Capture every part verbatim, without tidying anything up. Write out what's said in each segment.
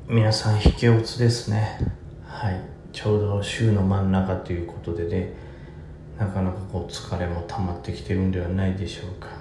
皆さん引け落ちですね。はい、ちょうど週の真ん中ということでね、なかなかこう疲れも溜まってきてるんではないでしょうか。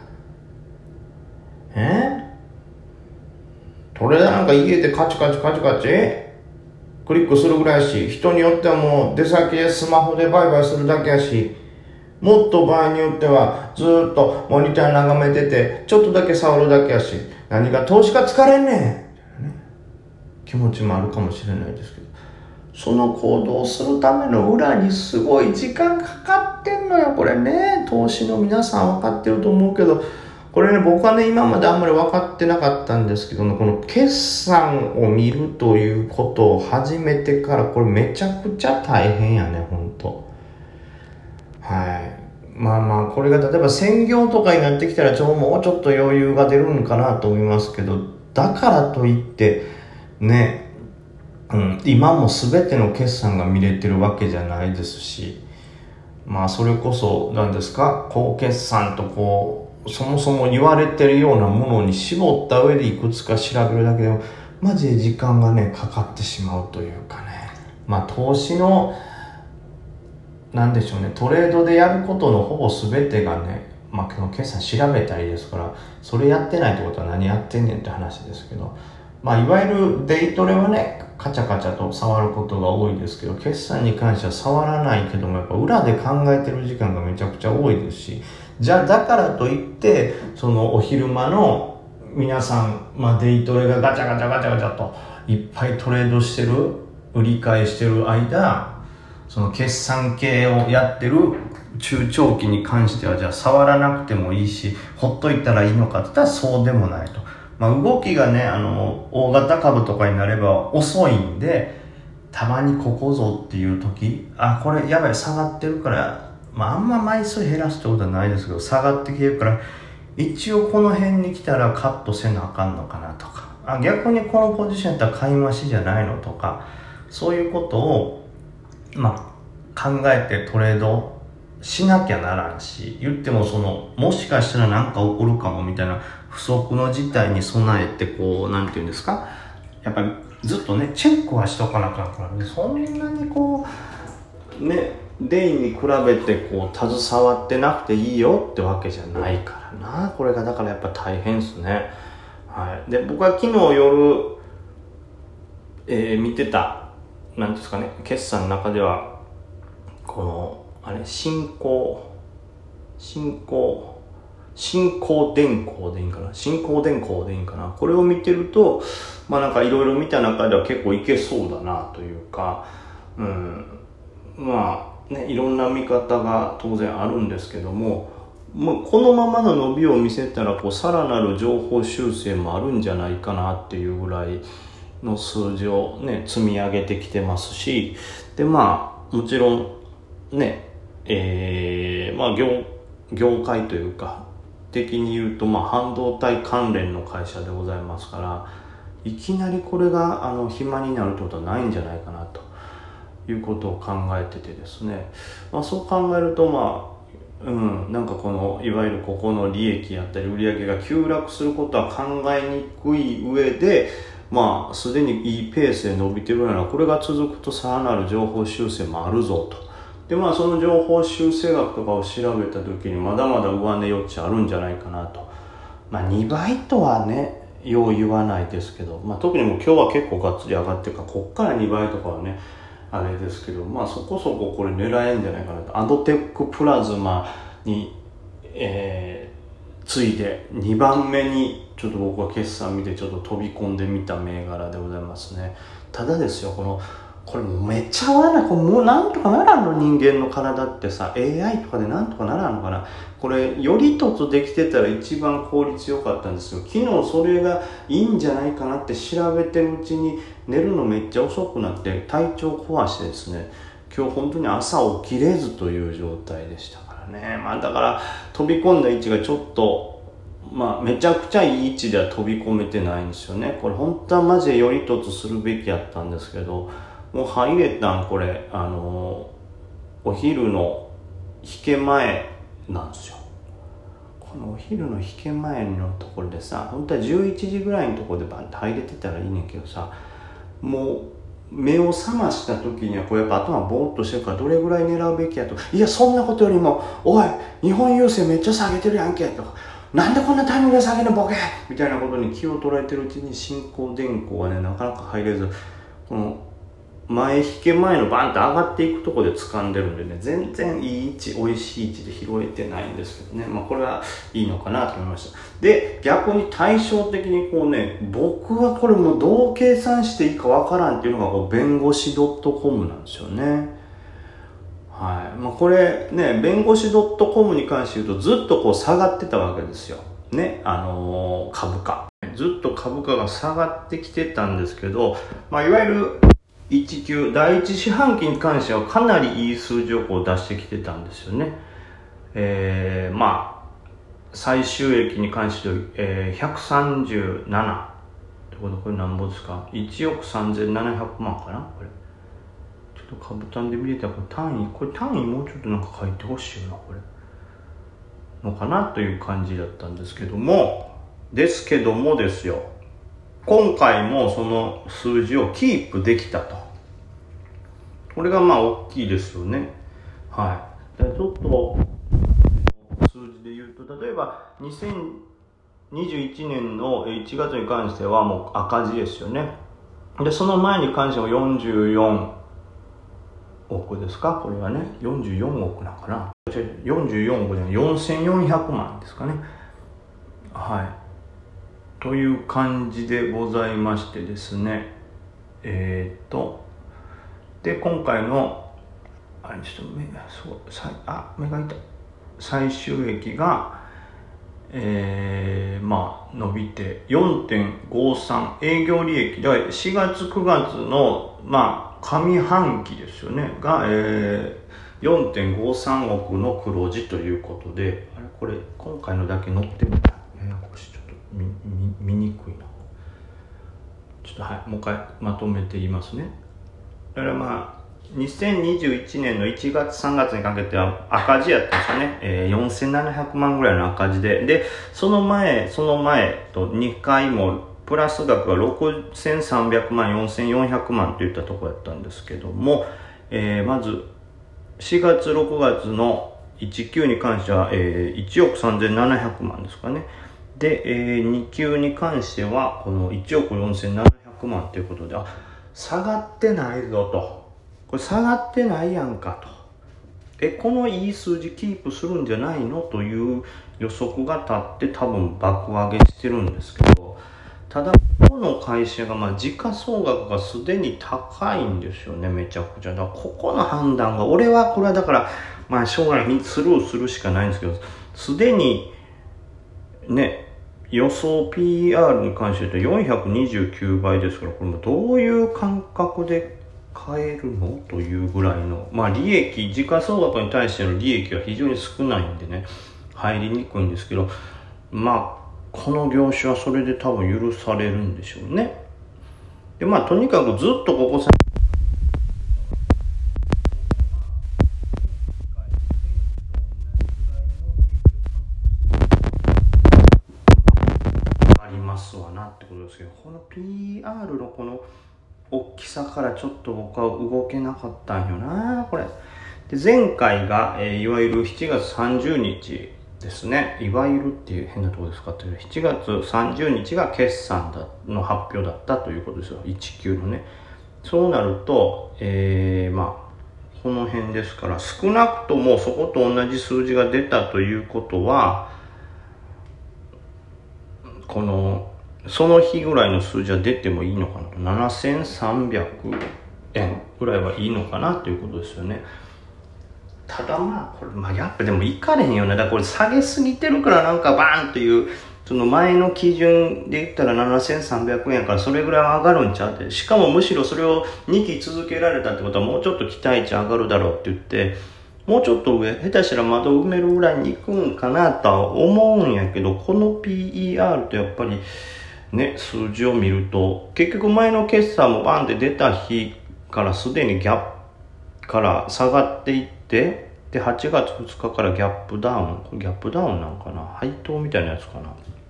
えトレーダーなんか家でカチカチカチカチクリックするぐらいやし、人によってはもう出先でスマホで売買するだけやし、もっと場合によってはずーっとモニター眺めててちょっとだけ触るだけやし、何が投資が疲れんねん気持ちもあるかもしれないですけど、その行動をするための裏にすごい時間かかってんのよこれね。投資の皆さん分かってると思うけど、これね、僕はね今まであんまり分かってなかったんですけどね、この決算を見るということを始めてからこれめちゃくちゃ大変やね、ほんと。はい、まあまあこれが例えば専業とかになってきたらちょもうちょっと余裕が出るんかなと思いますけど、だからといってね、うん、今も全ての決算が見れてるわけじゃないですし、まあそれこそ何ですか、高決算とこうそもそも言われてるようなものに絞った上でいくつか調べるだけでもマジで時間がねかかってしまうというかね、まあ投資のなんでしょうね、トレードでやることのほぼ全てがね、まあ決算調べたりですから、それやってないってことは何やってんねんって話ですけど、まあいわゆるデイトレはねカチャカチャと触ることが多いですけど、決算に関しては触らないけどもやっぱ裏で考えてる時間がめちゃくちゃ多いですし、じゃあだからといってそのお昼間の皆さん、まあ、デイトレがガチャガチャガチャガチャといっぱいトレードしてる、売り買いしてる間、その決算系をやってる中長期に関してはじゃあ触らなくてもいいしほっといたらいいのかって言ったらそうでもないと。まあ、動きがね、あの大型株とかになれば遅いんで、たまにここぞっていう時、あこれやばい下がってるから、まああんま枚数減らすってことはないですけど下がってきてるから一応この辺に来たらカットせなあかんのかなとか、あ逆にこのポジションやったら買い増しじゃないのとか、そういうことをまあ考えてトレードしなきゃならんし、言ってもそのもしかしたら何か起こるかもみたいな不測の事態に備えてこうなんていうんですか、やっぱりずっとねチェックはしとかなきゃからね、そんなにこうねデイに比べてこう携わってなくていいよってわけじゃないからな。これがだからやっぱ大変ですね。はい。で僕は昨日夜、えー、見てたなんですかね、決算の中ではこのあれ新興新興新興電工でいいんかな、新興電工でいいんかな、これを見てるとまあなんかいろいろ見た中では結構いけそうだなというか、うん、まあねいろんな見方が当然あるんですけども、まあ、このままの伸びを見せたらこうさらなる情報修正もあるんじゃないかなっていうぐらいの数字をね積み上げてきてますし、でまあもちろんねえー、まあ業業界というか的に言うとまあ半導体関連の会社でございますから、いきなりこれがあの暇になるってことはないんじゃないかなということを考えててですね、まあ、そう考えるとまあうんなんかこのいわゆるここの利益やったり売上が急落することは考えにくい上で、まあすでにいいペースで伸びてるならこれが続くとさらなる情報修正もあるぞと。でまあその情報修正額とかを調べた時にまだまだ上値余地あるんじゃないかなと。まあにばいとはねよう言わないですけど、まあ特にもう今日は結構がっつり上がってるからこっからにばいとかはねあれですけど、まあそこそここれ狙えんじゃないかなと。アドテックプラズマに、えー、次いでにばんめにちょっと僕は決算見てちょっと飛び込んでみた銘柄でございますね。ただですよ、このこれめっちゃ合わない。これもうなんとかならんの、人間の体ってさ エーアイ とかでなんとかならんのかな。これより一つできてたら一番効率良かったんですよ。昨日それがいいんじゃないかなって調べてるうちに寝るのめっちゃ遅くなって体調壊してですね、今日本当に朝起きれずという状態でしたからね。まあだから飛び込んだ位置がちょっとまあめちゃくちゃいい位置では飛び込めてないんですよね。これ本当はマジでより一つするべきやったんですけど、もう入れたんこれあのお昼の引け前なんですよ。このお昼の引け前のところでさ、本当はじゅういちじぐらいのところでバンって入れてたらいいねんけどさ、 もう目を覚ました時にはこうやっぱ頭ボーっとしてるからどれぐらい狙うべきやと、いやそんなことよりもおい日本郵政めっちゃ下げてるやんけとか、なんでこんなタイミングで下げるのボケみたいなことに気を取られてるうちに進行電光がねなかなか入れず、この前引け前のバンと上がっていくところで掴んでるんでね、全然いい位置、美味しい位置で拾えてないんですけどね、まあこれはいいのかなと思いました。で、逆に対照的にこうね、僕はこれもうどう計算していいかわからんっていうのがこう弁護士 .com なんですよね。はい。まあこれね、弁護士 .com に関して言うとずっとこう下がってたわけですよ。ね、あのー、株価。ずっと株価が下がってきてたんですけど、まあいわゆるいち級第一四半期に関してはかなりいい数字をこう出してきてたんですよね。えー、まあ最終益に関して、えー、ひゃくさんじゅうななってこと、これ何ぼですか、いちおくさんぜんななひゃくまんかな。これちょっと株単で見れたらこれ単位、これ単位もうちょっとなんか書いてほしいな、これのかなという感じだったんですけども、ですけどもですよ、今回もその数字をキープできたと。これがまあ大きいですよね。はい。ちょっと数字で言うと、例えばにせんにじゅういちねんのいちがつに関してはもう赤字ですよね。で、その前に関してもよんじゅうよんおくですか、これはね。よんじゅうよんおくなんかな。よんじゅうよんおくじゃない、よんせんよんひゃくまんですかね。はい。という感じでございましてですね、えー、っとで今回のあれちょっと目がそうあ目が痛い最終益が、えー、まあ伸びて よんてんごさん 営業利益でしがつくがつのまあ上半期ですよねが、えー、よんてんごさんおくの黒字ということで、あれこれ今回のだけ載ってるかややこしい、ちょっと見, 見, 見にくいな。ちょっとはいもう一回まとめて言いますね。だからまあにせんにじゅういちねんのいちがつさんがつにかけては赤字やったんですよね、えー、よんせんななひゃくまんぐらいの赤字で、でその前その前とにかいもプラス額がろくせんさんびゃくまんよんせんよんひゃくまんといったところやったんですけども、えー、まずしがつろくがつのいち級に関しては、えー、いちおくさんぜんななひゃくまんですかね。で、えー、に級に関してはこのいちおくよんせんななひゃくまんということで、あ、下がってないぞと、これ下がってないやんかと、えこのいい数字キープするんじゃないのという予測が立って多分爆上げしてるんですけど、ただこの会社がまあ時価総額がすでに高いんですよね、めちゃくちゃ。だからここの判断が俺はこれはだからまあしょうがないスルーするしかないんですけど、すでにね予想 ピーアール に関して言うとよんひゃくにじゅうきゅうばいですから、これもどういう感覚で買えるのというぐらいの、まあ利益、時価総額に対しての利益は非常に少ないんでね、入りにくいんですけど、まあこの業種はそれで多分許されるんでしょうね。でまあとにかくずっとここさってことですけど、この ピーアール のこの大きさからちょっと僕は動けなかったんよなこれで。前回が、えー、いわゆるしちがつさんじゅうにちですね、いわゆるっていう変なところですかって、しちがつさんじゅうにちが決算だの発表だったということですよ、いち級のね。そうなると、えー、まあこの辺ですから、少なくともそこと同じ数字が出たということは、このその日ぐらいの数字は出てもいいのかなと、ななせんさんびゃくえんぐらいはいいのかなということですよね。ただまあこれ、まあ、やっぱでもいかれへんよね。だからこれ下げすぎてるからなんかバーンというその前の基準で言ったらななせんさんびゃくえんからそれぐらいは上がるんちゃうって、しかもむしろそれをにき続けられたってことはもうちょっと期待値上がるだろうって言って、もうちょっと上、下手したら窓埋めるぐらいに行くんかなとは思うんやけど、この ピーイーアール とやっぱりね、数字を見ると、結局前の決算もバンって出た日からすでにギャップから下がっていって、で、はちがつふつかからギャップダウン、ギャップダウンなんかな、配当みたいなやつかな。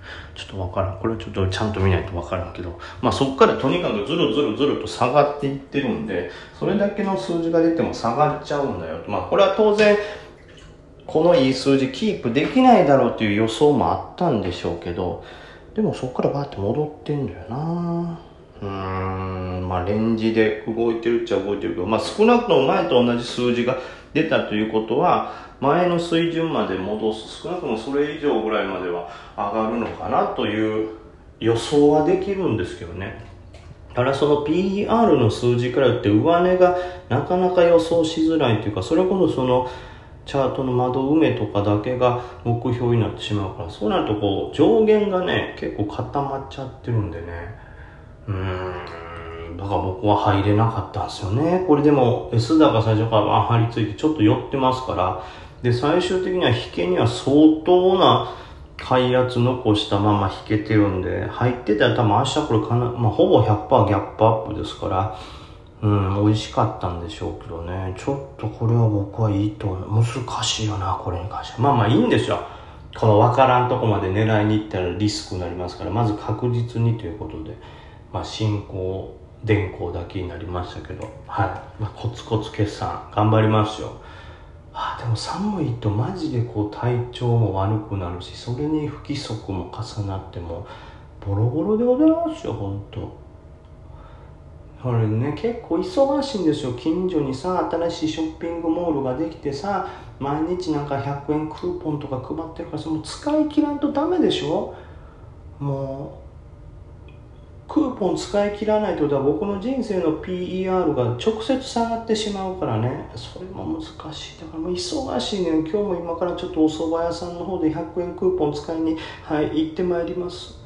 ちょっとわからん。これちょっとちゃんと見ないとわからんけど、まあそこからとにかくずるずるずると下がっていってるんで、それだけの数字が出ても下がっちゃうんだよ。まあこれは当然、このいい数字キープできないだろうという予想もあったんでしょうけど、でもそこからバーって戻ってんだよな。うーん、まあレンジで動いてるっちゃ動いてるけど、まあ少なくとも前と同じ数字が出たということは、前の水準まで戻す、少なくともそれ以上ぐらいまでは上がるのかなという予想はできるんですけどね。ただその ピーイーアール の数字から言って上値がなかなか予想しづらいというか、それこそそのチャートの窓埋めとかだけが目標になってしまうから、そうなるとこう上限がね結構固まっちゃってるんでね、うーんだから僕は入れなかったんですよね。これでも S 高最初から張り付いてちょっと寄ってますから、で最終的には引けには相当な買い圧残したまま引けてるんで、入ってたら多分明日これかな、まあ、ほぼ ひゃくパーセント ギャップアップですから、うん、美味しかったんでしょうけどね。ちょっとこれは僕はいいと思う。難しいよな、これに関しては。まあまあいいんですよ。この分からんとこまで狙いに行ったらリスクになりますから、まず確実にということで、まあ進行、電光だけになりましたけど、はい。まあ、コツコツ決算、頑張りますよ。あ、でも寒いとマジでこう体調も悪くなるし、それに不規則も重なってもボロボロでございますよ、ほんと。これね、結構忙しいんですよ。近所にさ、新しいショッピングモールができてさ、毎日なんかひゃくえんクーポンとか配ってるからさ、もう使い切らんとダメでしょ。もうクーポン使い切らないとだ、僕の人生の ピーイーアール が直接下がってしまうからね。それも難しい。だからもう忙しいねん。今日も今からちょっとお蕎麦屋さんの方でひゃくえんクーポン使いに、はい、行ってまいります。